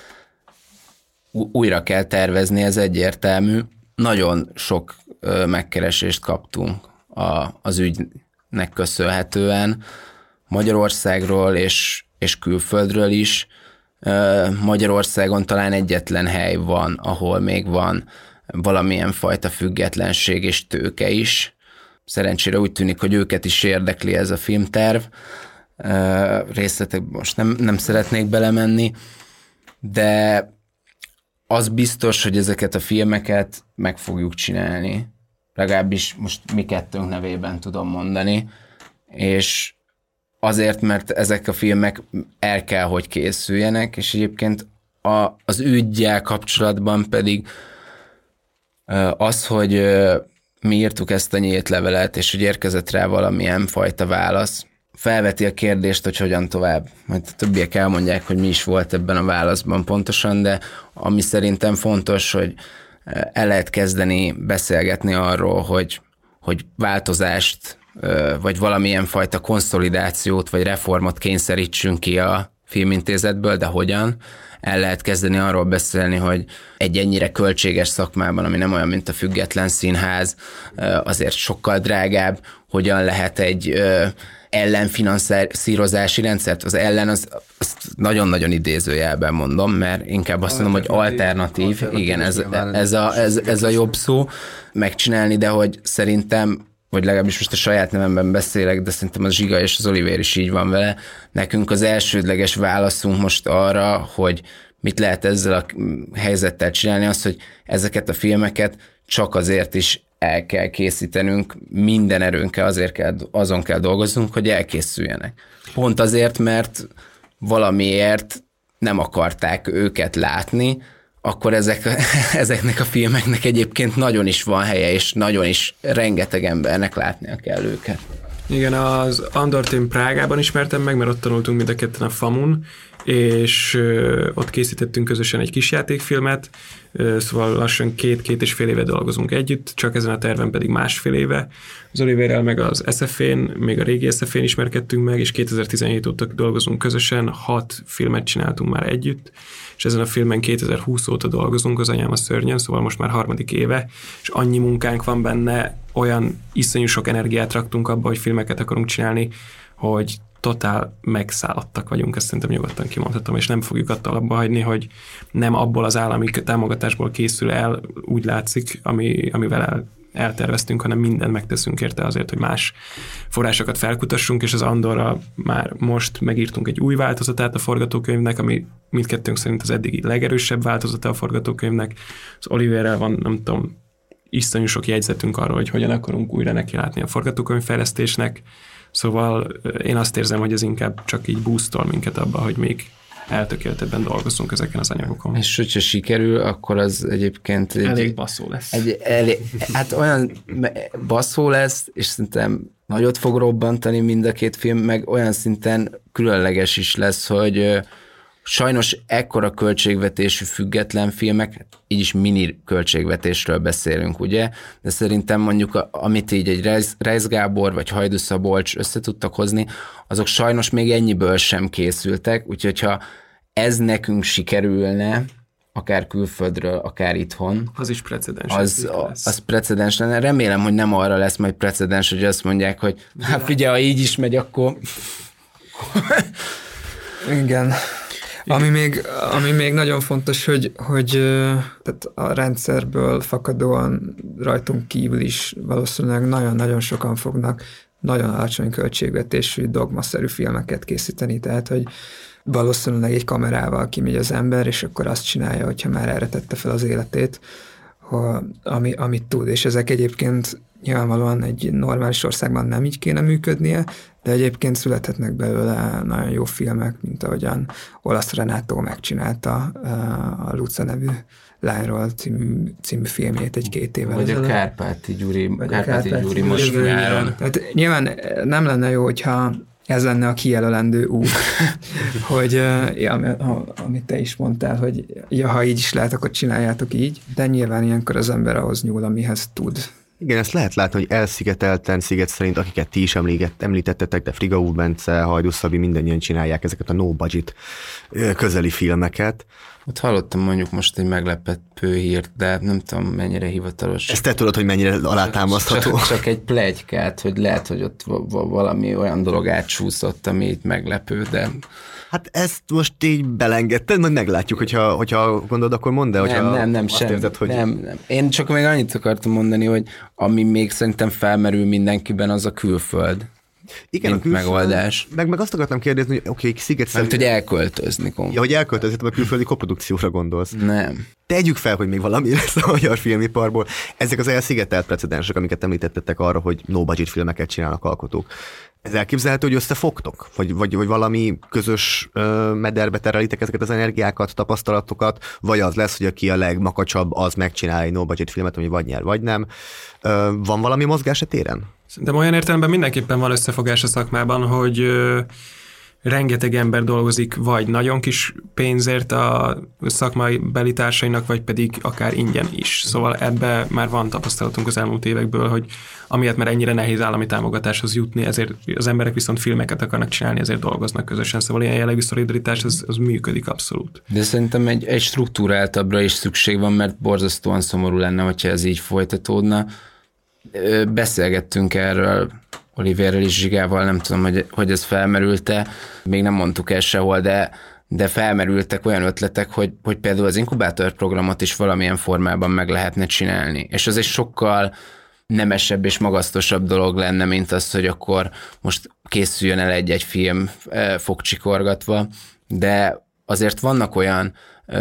Újra kell tervezni, ez egyértelmű. Nagyon sok megkeresést kaptunk az ügynek köszönhetően Magyarországról és külföldről is. Magyarországon talán egyetlen hely van, ahol még van valamilyen fajta függetlenség és tőke is. Szerencsére úgy tűnik, hogy őket is érdekli ez a filmterv. Részletekben most nem szeretnék belemenni, de az biztos, hogy ezeket a filmeket meg fogjuk csinálni. Legalábbis most mi kettőnk nevében tudom mondani, és azért, mert ezek a filmek el kell, hogy készüljenek, és egyébként az üggyel kapcsolatban pedig az, hogy mi írtuk ezt a nyílt levelet, és hogy érkezett rá valamilyen fajta válasz, felveti a kérdést, hogy hogyan tovább. Majd a többiek elmondják, hogy mi is volt ebben a válaszban pontosan, de ami szerintem fontos, hogy el lehet kezdeni beszélgetni arról, hogy változást, vagy valamilyen fajta konszolidációt, vagy reformot kényszerítsünk ki a Filmintézetből, de hogyan? El lehet kezdeni arról beszélni, hogy egy ennyire költséges szakmában, ami nem olyan, mint a független színház, azért sokkal drágább, hogyan lehet egy ellenfinanszírozási rendszert. Az ellen, azt nagyon-nagyon idézőjelben mondom, mert inkább azt mondom, hogy alternatív. Igen, ez a jobb szó megcsinálni, de hogy szerintem, vagy legalábbis most a saját nevemben beszélek, de szerintem az Zsiga és az Olivér is így van vele. Nekünk az elsődleges válaszunk most arra, hogy mit lehet ezzel a helyzettel csinálni, az, hogy ezeket a filmeket csak azért is el kell készítenünk, minden erőnkkel azon kell dolgoznunk, hogy elkészüljenek. Pont azért, mert valamiért nem akarták őket látni akkor ezeknek a filmeknek egyébként nagyon is van helye, és nagyon is rengeteg embernek látnia kell őket. Igen, az Andort én Prágában ismertem meg, mert ott tanultunk mind a ketten a FAMU-n, és ott készítettünk közösen egy kisjátékfilmet, szóval lassan 2-2,5 éve dolgozunk együtt, csak ezen a terven pedig 1,5 éve. Az Oliverrel meg az SF-én, még a régi SF-én ismerkedtünk meg, és 2017 óta dolgozunk közösen, 6 filmet csináltunk már együtt, és ezen a filmen 2020 óta dolgozunk, Az anyám a szörnyen, szóval most már 3. éve, és annyi munkánk van benne, olyan iszonyú sok energiát raktunk abba, hogy filmeket akarunk csinálni, hogy totál megszállottak vagyunk, ezt szerintem nyugodtan kimondhatom, és nem fogjuk attól abba hagyni, hogy nem abból az állami támogatásból készül el, úgy látszik, amivel elterveztünk, hanem mindent megteszünk érte azért, hogy más forrásokat felkutassunk, és az Andorra már most megírtunk egy új változatát a forgatókönyvnek, ami mindkettőnk szerint az eddigi legerősebb változata a forgatókönyvnek. Az Oliverrel van, nem tudom, iszonyú sok jegyzetünk arról, hogy hogyan akarunk újra nekilátni a forgatókönyvfejlesztésnek. Szóval én azt érzem, hogy ez inkább csak így boostol minket abba, hogy még eltökéltebben dolgozzunk ezeken az anyagokon. És hogyha sikerül, akkor az egyébként... Elég baszó lesz. Hát olyan baszó lesz, és szerintem nagyot fog robbantani mind a két film, meg olyan szinten különleges is lesz, hogy sajnos ekkora költségvetésű független filmek, így is mini költségvetésről beszélünk, ugye? De szerintem mondjuk, amit így egy Reisz Gábor vagy Hajdú Szabolcs össze tudtak hozni, azok sajnos még ennyiből sem készültek, úgyhogy ha ez nekünk sikerülne, akár külföldről, akár itthon. Az is precedens. Az precedens lenne. Remélem, hogy nem arra lesz majd precedens, hogy azt mondják, hogy hát figyelj, ha így is megy, akkor... Igen. Ami még nagyon fontos, hogy tehát a rendszerből fakadóan rajtunk kívül is valószínűleg nagyon-nagyon sokan fognak nagyon alacsony költségvetésű, dogmaszerű filmeket készíteni, tehát hogy valószínűleg egy kamerával kimegy az ember, és akkor azt csinálja, hogyha már erre tette fel az életét, amit tud, és ezek egyébként nyilvánvalóan egy normális országban nem így kéne működnie, de egyébként születhetnek belőle nagyon jó filmek, mint ahogyan Olasz Renátó megcsinálta a Luca nevű lányról című filmjét 1-2 évvel vagy ezelőtt. A Kárpáti Gyuri most nyáron. Tehát nyilván nem lenne jó, hogyha ez lenne a kijelölendő út, hogy amit te is mondtál, hogy ha így is lehet, akkor csináljátok így, de nyilván ilyenkor az ember ahhoz nyúl, amihez tud. Igen, ezt lehet látni, hogy elszigetelten sziget szerint, akiket ti is említettetek, de Frigaud Bence, Hajdú Szabi, mindannyian csinálják ezeket a no budget közeli filmeket. Ott hallottam mondjuk most egy meglepő hírt, de nem tudom mennyire hivatalos. Ezt te tudod, hogy mennyire alátámasztható. Csak egy pletykát, hogy lehet, hogy ott valami olyan dolog átsúszott, ami itt meglepő, de... Hát ezt most így belengedted, majd meglátjuk, hogyha gondolod, akkor mondd el, hogyha nem, azt érzed, hogy... Nem. Én csak még annyit akartam mondani, hogy ami még szerintem felmerül mindenkiben, az a külföld. Igen, mint megoldás. Meg azt akartam kérdezni, hogy oké, sziget-szerű... hogy elköltözni konkrétan. Ja, hogy elköltözni, a külföldi koprodukcióra gondolsz. Nem. Tegyük fel, hogy még valami lesz a magyar filmiparból. Ezek az elszigetelt precedensek, amiket említettetek arra, hogy no budget filmeket csinálnak alkotók. Ez elképzelhető, hogy összefogtok? Vagy valami közös mederbe terelitek ezeket az energiákat, tapasztalatokat, vagy az lesz, hogy aki a legmakacsabb, az megcsinál egy no budget filmet, ami vagy nyer, vagy nem. Van valami mozgás a téren? De olyan értelemben mindenképpen van összefogás a szakmában, hogy rengeteg ember dolgozik, vagy nagyon kis pénzért a szakmai beli társainak, vagy pedig akár ingyen is. Szóval ebbe már van tapasztalatunk az elmúlt évekből, hogy amiatt már ennyire nehéz állami támogatáshoz jutni, ezért az emberek viszont filmeket akarnak csinálni, ezért dolgoznak közösen. Szóval ilyen jellegű szolidaritás, az működik abszolút. De szerintem egy struktúráltabbra is szükség van, mert borzasztóan szomorú lenne, hogyha ez így folytatódna. Beszélgettünk erről Oliverrel és Zsigával, nem tudom, hogy ez felmerült-e, még nem mondtuk el sehol, de felmerültek olyan ötletek, hogy például az inkubátor programot is valamilyen formában meg lehetne csinálni. És az egy sokkal nemesebb és magasztosabb dolog lenne, mint az, hogy akkor most készüljön el egy film fogcsikorgatva, de azért vannak olyan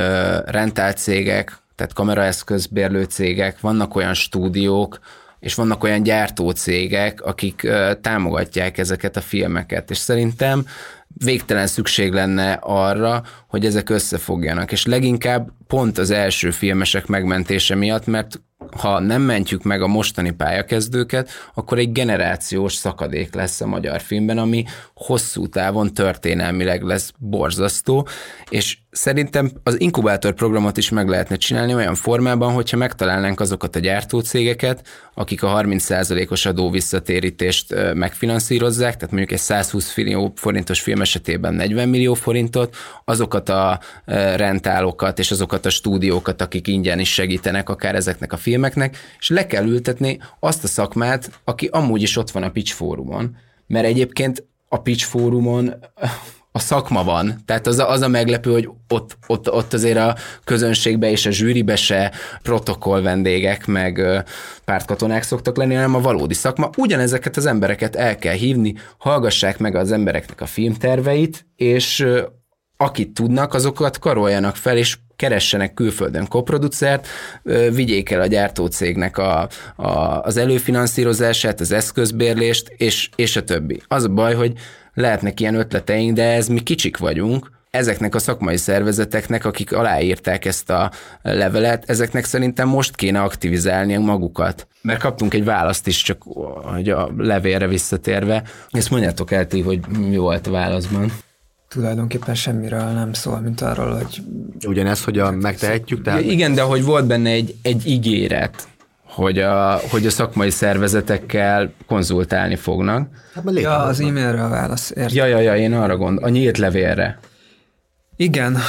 rentálcégek, tehát kameraeszközbérlő cégek, vannak olyan stúdiók, és vannak olyan gyártócégek, akik támogatják ezeket a filmeket, és szerintem végtelen szükség lenne arra, hogy ezek összefogjanak, és leginkább pont az első filmesek megmentése miatt, mert ha nem mentjük meg a mostani pályakezdőket, akkor egy generációs szakadék lesz a magyar filmben, ami hosszú távon történelmileg lesz borzasztó, és szerintem az inkubátor programot is meg lehetne csinálni olyan formában, hogyha megtalálnánk azokat a gyártócégeket, akik a 30%-os adó visszatérítést megfinanszírozzák, tehát mondjuk egy 120 millió forintos film esetében 40 millió forintot, azokat a rentálókat és azokat a stúdiókat, akik ingyen is segítenek akár ezeknek a filmeknek, és le kell ültetni azt a szakmát, aki amúgy is ott van a Pitch Fórumon, mert egyébként a Pitch Fórumon a szakma van. Tehát az a meglepő, hogy ott azért a közönségbe és a zsűribe se protokoll vendégek, meg pártkatonák szoktak lenni, hanem a valódi szakma. Ugyanezeket az embereket el kell hívni, hallgassák meg az embereknek a filmterveit, és akit tudnak, azokat karoljanak fel, és keressenek külföldön koproducert, vigyék el a gyártócégnek az előfinanszírozását, az eszközbérlést, és a többi. Az a baj, hogy lehetnek ilyen ötleteink, de ez mi kicsik vagyunk. Ezeknek a szakmai szervezeteknek, akik aláírták ezt a levelet, ezeknek szerintem most kéne aktivizálni magukat. Mert kaptunk egy választ is, csak hogy a levélre visszatérve. Ezt mondjátok el ti, hogy mi volt a válaszban. Tulajdonképpen semmiről nem szól, mint arról, hogy... Ugyanez, hogy megtehetjük? Tehát... Ja, igen, de hogy volt benne egy ígéret, hogy a szakmai szervezetekkel konzultálni fognak. Hát az e-mailre a válasz. Ja, én arra a nyílt levélre. Igen,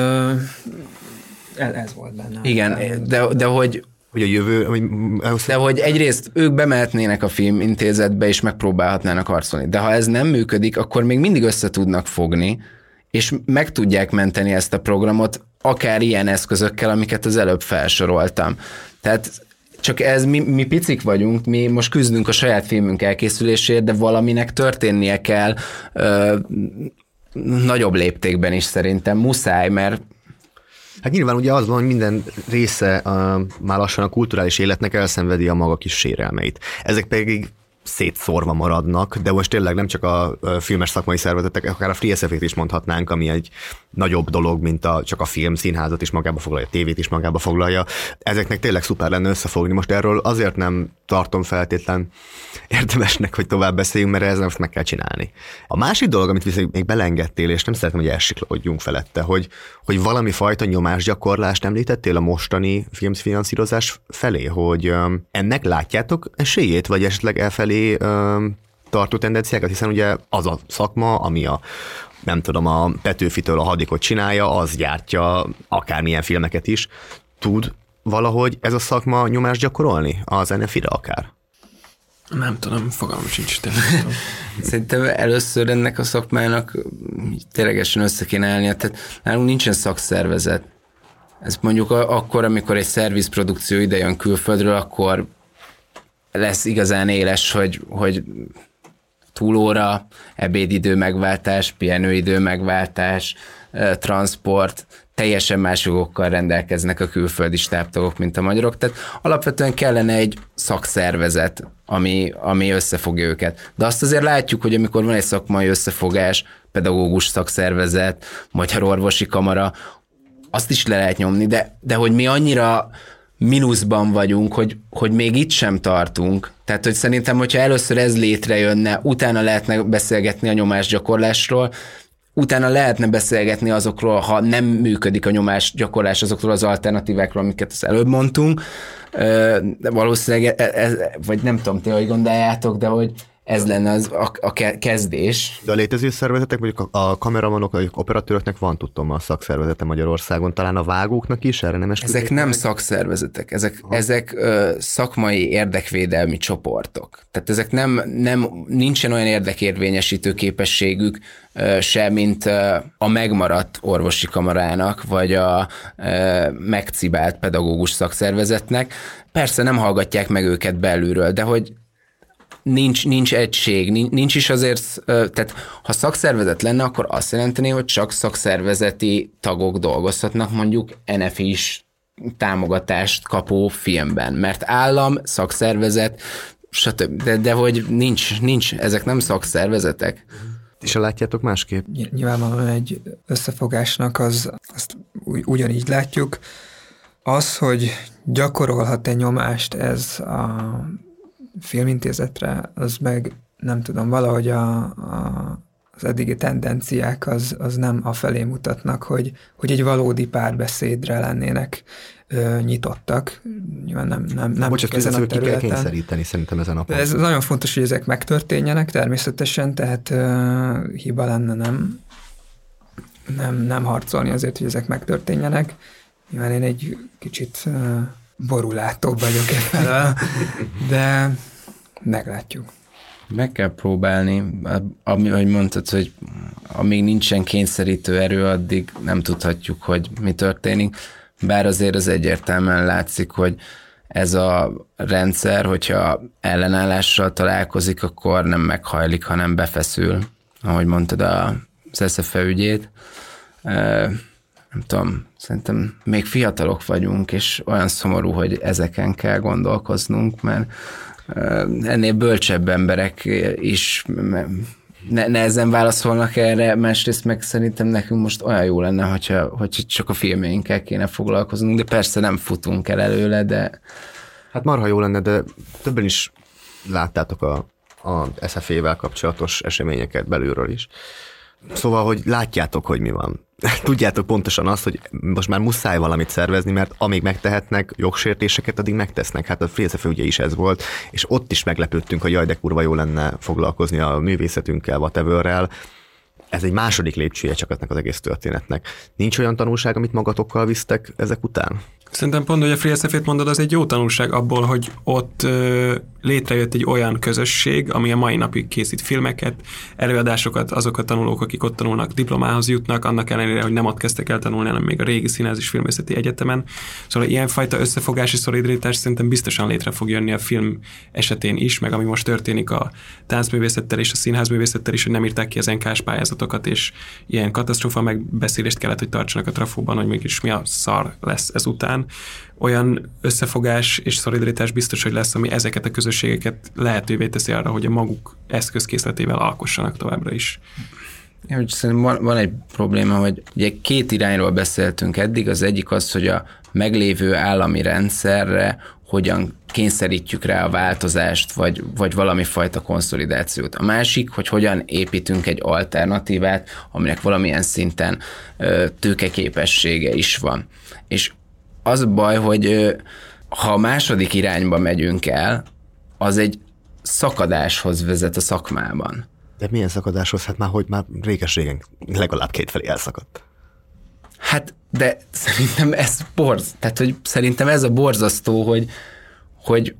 ez volt benne. Igen, de hogy... Hogy a jövő... De hogy egyrészt ők bemehetnének a filmintézetbe, és megpróbálhatnának harcolni. De ha ez nem működik, akkor még mindig össze tudnak fogni, és meg tudják menteni ezt a programot, akár ilyen eszközökkel, amiket az előbb felsoroltam. Tehát csak ez mi picik vagyunk, mi most küzdünk a saját filmünk elkészüléséért, de valaminek történnie kell nagyobb léptékben is szerintem. Muszáj, mert... Hát nyilván ugye az van, hogy minden része már lassan a kulturális életnek elszenvedi a maga kis sérelmeit. Ezek pedig szétszórva maradnak, de most tényleg nem csak a filmes szakmai szervezetek, akár a Free SF-ét is mondhatnánk, ami egy nagyobb dolog, mint csak a film, színházat is magába foglalja, a tévét is magába foglalja. Ezeknek tényleg szuper lenne összefogni. Most erről azért nem tartom feltétlen érdemesnek, hogy tovább beszéljünk, mert ezt most meg kell csinálni. A másik dolog, amit viszont még belengedtél, és nem szeretném, hogy elsiklódjunk felette, hogy valami fajta nyomásgyakorlást említettél a mostani filmfinanszírozás felé, hogy ennek látjátok esélyét, vagy esetleg elfelé tartó tendenciákat, hiszen ugye az a szakma, ami a Petőfitől a Hadikot csinálja, az gyártja akármilyen filmeket is. Tud valahogy ez a szakma nyomást gyakorolni az NFI-re akár? Nem tudom, fogalmam sincs. Szerintem először ennek a szakmának ténylegesen össze kéne állnia. Tehát nálunk nincsen szakszervezet. Ez mondjuk akkor, amikor egy szervizprodukció idejön külföldről, akkor lesz igazán éles, hogy túlóra, ebédidő megváltás, pihenőidő megváltás, transport, teljesen más jogokkal rendelkeznek a külföldi stábtagok, mint a magyarok. Tehát alapvetően kellene egy szakszervezet, ami összefogja őket. De azt azért látjuk, hogy amikor van egy szakmai összefogás, pedagógus szakszervezet, Magyar Orvosi Kamara, azt is le lehet nyomni, de hogy mi annyira mínuszban vagyunk, hogy még itt sem tartunk. Tehát, hogy szerintem, hogyha először ez létrejönne, utána lehetne beszélgetni a nyomásgyakorlásról, utána lehetne beszélgetni azokról, ha nem működik a nyomásgyakorlás, azokról az alternatívákról, amiket az előbb mondtunk. De valószínűleg, vagy nem tudom, ti, hogy gondoljátok, de hogy ez lenne a kezdés. De a létező szervezetek, mondjuk a kameramanok, vagy operatőröknek van, tudtom, a szakszervezete Magyarországon, talán a vágóknak is, erre nem esküdték? Ezek nem szakszervezetek, ezek szakmai érdekvédelmi csoportok. Tehát ezek nincsen olyan érdekérvényesítő képességük se, mint a megmaradt orvosi kamarának, vagy a megcibált pedagógus szakszervezetnek. Persze nem hallgatják meg őket belülről, de hogy nincs egység, nincs is azért, tehát ha szakszervezet lenne, akkor azt jelenteni, hogy csak szakszervezeti tagok dolgozhatnak mondjuk NFI-s támogatást kapó filmben, mert állam, szakszervezet, stb. De hogy nincs, ezek nem szakszervezetek. És látjátok másképp? Nyilvánvalóan egy összefogásnak azt ugyanígy látjuk. Az, hogy gyakorolhat-e nyomást ez a filmintézetre, az meg nem tudom, valahogy az eddigi tendenciák az nem afelé mutatnak, hogy egy valódi párbeszédre lennének nyitottak. Nyilván nem bocsánat, ezen a területen. Ki kell kényszeríteni szerintem ezen a ponton. Ez nagyon fontos, hogy ezek megtörténjenek természetesen, tehát hiba lenne nem harcolni azért, hogy ezek megtörténjenek. Nyilván én egy kicsit borulátóbb vagyok ebben, de meglátjuk. Meg kell próbálni, ahogy mondtad, hogy amíg nincsen kényszerítő erő, addig nem tudhatjuk, hogy mi történik. Bár azért az egyértelműen látszik, hogy ez a rendszer, hogyha ellenállással találkozik, akkor nem meghajlik, hanem befeszül. Ahogy mondtad az SZFE ügyét. Nem tudom, szerintem még fiatalok vagyunk, és olyan szomorú, hogy ezeken kell gondolkoznunk, mert ennél bölcsebb emberek is nehezen válaszolnak erre, másrészt meg szerintem nekünk most olyan jó lenne, hogyha csak a filmjeinkkel kéne foglalkoznunk, de persze nem futunk el előle, de... Hát marha jó lenne, de többen is láttátok a SZF-vel kapcsolatos eseményeket belülről is. Szóval, hogy látjátok, hogy mi van. Tudjátok pontosan azt, hogy most már muszáj valamit szervezni, mert amíg megtehetnek jogsértéseket, addig megtesznek. Hát a Free SZF ugye is ez volt, és ott is meglepődtünk, hogy jaj, de kurva jó lenne foglalkozni a művészetünkkel, whateverrel. Ez egy második lépcsője csak az egész történetnek. Nincs olyan tanulság, amit magatokkal visztek ezek után? Szerintem pont, hogy a Free SZF-ét mondod, az egy jó tanulság abból, hogy ott létrejött egy olyan közösség, ami a mai napig készít filmeket, előadásokat, azok a tanulók, akik ott tanulnak, diplomához jutnak, annak ellenére, hogy nem ott kezdtek el tanulni, hanem még a régi Színház és Filmészeti Egyetemen. Szóval ilyenfajta összefogás és szolidaritás szerintem biztosan létre fog jönni a film esetén is, meg ami most történik a táncművészettel és a színházművészettel is, hogy nem írták ki az NK-s pályázatokat, és ilyen katasztrófa megbeszélést kellett, hogy tartsanak a trafóban, hogy mégis mi a szar lesz ezután. Olyan összefogás és szolidaritás biztos, hogy lesz, ami ezeket a közösségeket lehetővé teszi arra, hogy a maguk eszközkészletével alkossanak továbbra is. Ja, szerintem van egy probléma, hogy ugye két irányról beszéltünk eddig, az egyik az, hogy a meglévő állami rendszerre hogyan kényszerítjük rá a változást, vagy valami fajta konszolidációt. A másik, hogy hogyan építünk egy alternatívát, aminek valamilyen szinten tőkeképessége is van. És az a baj, hogy ha a második irányba megyünk el, az egy szakadáshoz vezet a szakmában. De milyen szakadáshoz? Hát már réges-régen legalább kétfelé elszakadt. Hát, de szerintem szerintem ez a borzasztó, hogy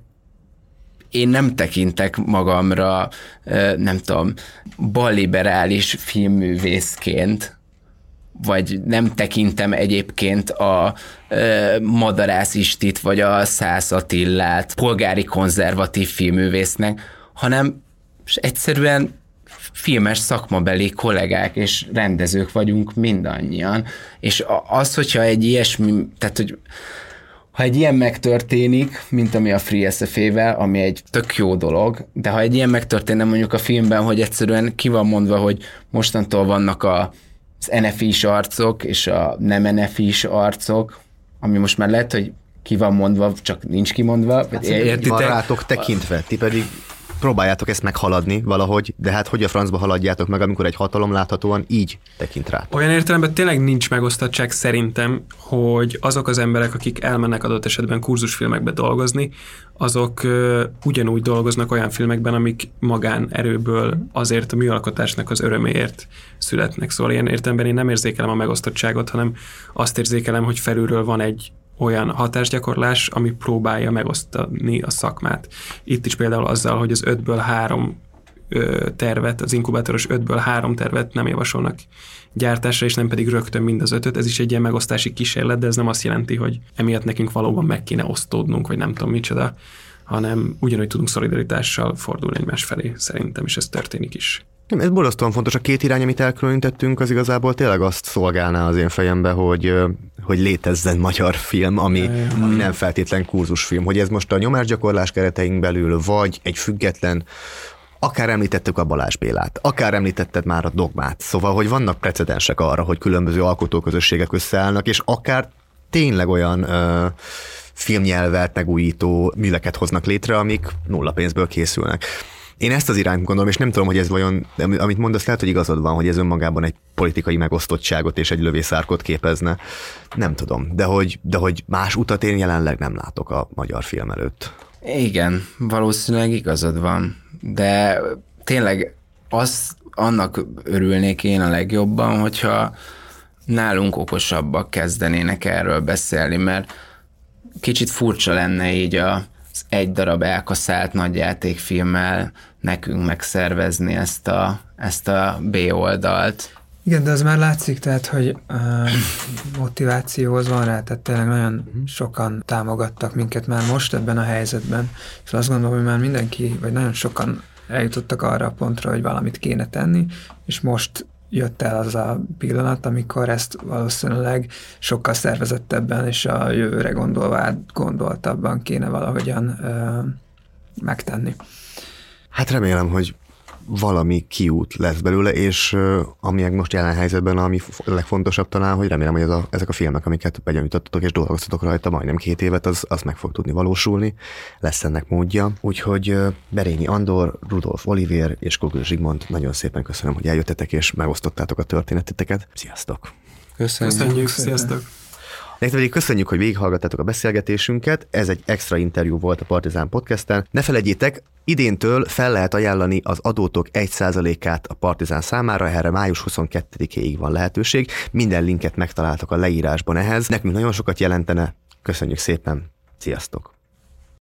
én nem tekintek magamra, nem tudom, balliberális filmművészként, vagy nem tekintem egyébként a Madarász Istit, vagy a Szász Attillát polgári konzervatív filmművésznek, hanem egyszerűen filmes szakmabeli kollégák és rendezők vagyunk mindannyian. És az, hogyha egy ilyesmi, tehát hogy ha egy ilyen megtörténik, mint ami a Free SZF-vel, ami egy tök jó dolog, de ha egy ilyen megtörténne mondjuk a filmben, hogy egyszerűen ki van mondva, hogy mostantól vannak az NFI-s arcok és a nem NFI-s arcok, ami most már lehet, hogy ki van mondva, csak nincs kimondva. Hát van rátok tekintve, ti pedig próbáljátok ezt meghaladni valahogy, de hát hogy a francba haladjátok meg, amikor egy hatalom láthatóan így tekint rá? Olyan értelemben tényleg nincs megosztottság szerintem, hogy azok az emberek, akik elmennek adott esetben kurzusfilmekbe dolgozni, azok ugyanúgy dolgoznak olyan filmekben, amik magánerőből azért a műalkotásnak az öröméért születnek. Szóval ilyen értelemben én nem érzékelem a megosztottságot, hanem azt érzékelem, hogy felülről van egy olyan hatásgyakorlás, ami próbálja megosztani a szakmát. Itt is például azzal, hogy az 5-ből 3 tervet, az inkubátoros 5-ből 3 tervet nem javasolnak gyártásra, és nem pedig rögtön mind az 5-öt. Ez is egy ilyen megosztási kísérlet, de ez nem azt jelenti, hogy emiatt nekünk valóban meg kéne osztódnunk, vagy nem tudom micsoda, hanem ugyanúgy tudunk szolidaritással fordulni egymás felé szerintem, és ez történik is. Nem, ez borzasztóan fontos. A két irány, amit elkülönítettünk, az igazából tényleg azt szolgálná az én fejembe, hogy létezzen magyar film, ami nem feltétlen kurzusfilm. Hogy ez most a nyomásgyakorlás kereteink belül, vagy egy független Akár említettük a Balázs Bélát, akár említetted már a Dogmát, szóval, hogy vannak precedensek arra, hogy különböző alkotóközösségek összeállnak, és akár tényleg olyan filmnyelvet megújító műveket hoznak létre, amik nulla pénzből készülnek. Én ezt az irányt gondolom, és nem tudom, hogy ez vajon, amit mondasz, lehet, hogy igazad van, hogy ez önmagában egy politikai megosztottságot és egy lövészárkot képezne. Nem tudom, de hogy más utat én jelenleg nem látok a magyar film előtt. Igen, valószínűleg igazad van, de tényleg annak örülnék én a legjobban, hogyha nálunk okosabbak kezdenének erről beszélni, mert kicsit furcsa lenne így az egy darab elkaszált nagyjátékfilmmel nekünk megszervezni ezt a B oldalt. Igen, de az már látszik, tehát, hogy motivációhoz van rá, tehát tényleg nagyon sokan támogattak minket már most ebben a helyzetben, és azt gondolom, hogy már mindenki, vagy nagyon sokan eljutottak arra a pontra, hogy valamit kéne tenni, és most jött el az a pillanat, amikor ezt valószínűleg sokkal szervezettebben és a jövőre gondoltabban kéne valahogyan megtenni. Hát remélem, hogy valami kiút lesz belőle, és ami most jelen helyzetben, ami legfontosabb talán, hogy remélem, hogy ezek a filmek, amiket begyomítottatok és dolgoztatok rajta majdnem 2 évet, az meg fog tudni valósulni, lesz ennek módja. Úgyhogy Berényi Andor, Rudolf Olivér és Kugl Zsigmond, nagyon szépen köszönöm, hogy eljöttetek és megosztottátok a történetiteket. Sziasztok! Köszönjük, sziasztok! Nektek pedig köszönjük, hogy végighallgattátok a beszélgetésünket. Ez egy extra interjú volt a Partizán Podcasten. Ne felejtjétek, idéntől fel lehet ajánlani az adótok 1%-át a Partizán számára, erre május 22-ig van lehetőség. Minden linket megtaláltok a leírásban ehhez. Nekünk nagyon sokat jelentene. Köszönjük szépen. Sziasztok!